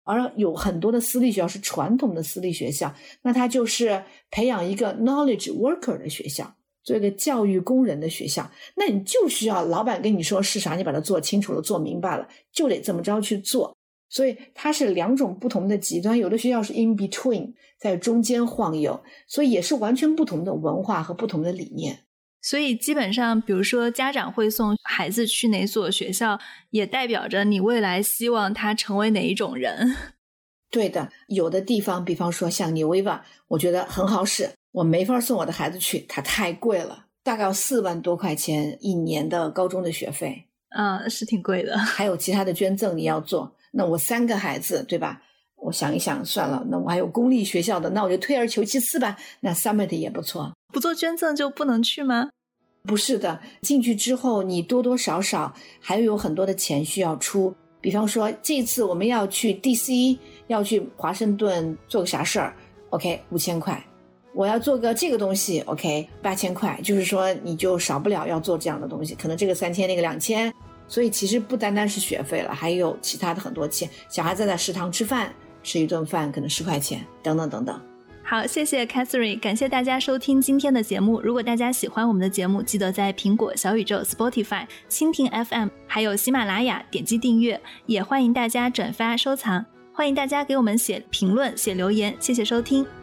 而有很多的私立学校是传统的私立学校，那它就是培养一个 knowledge worker 的学校，做一个教育工人的学校。那你就需要老板跟你说是啥，你把它做清楚了做明白了，就得这么着去做。所以它是两种不同的极端，有的学校是 in between， 在中间晃悠，所以也是完全不同的文化和不同的理念。 所以基本上比如说家长会送孩子去哪所学校，也代表着你未来希望他成为哪一种人。 对的，有的地方比方说像纽维瓦，我觉得很好使，我没法送我的孩子去，它太贵了，大概要四万多块钱一年的高中的学费。 嗯，是挺贵的。 还有其他的捐赠你要做，那我三个孩子对吧，我想一想算了，那我还有公立学校的，那我就退而求其次吧，那 Summit 也不错。 不做捐赠就不能去吗？ 不是的，进去之后你多多少少还有很多的钱需要出，比方说这次我们要去 D C， 要去华盛顿做个啥事儿 OK 五千块，我要做个这个东西 OK 八千块，就是说你就少不了要做这样的东西，可能这个三千那个两千，所以其实不单单是学费了，还有其他的很多钱，小孩子在食堂吃饭，吃一顿饭可能十块钱等等等等。 好，谢谢 Catherine， 感谢大家收听今天的节目。如果大家喜欢我们的节目，记得在苹果、小宇宙、Spotify、蜻蜓 F M 还有喜马拉雅点击订阅，也欢迎大家转发收藏，欢迎大家给我们写评论、写留言，谢谢收听。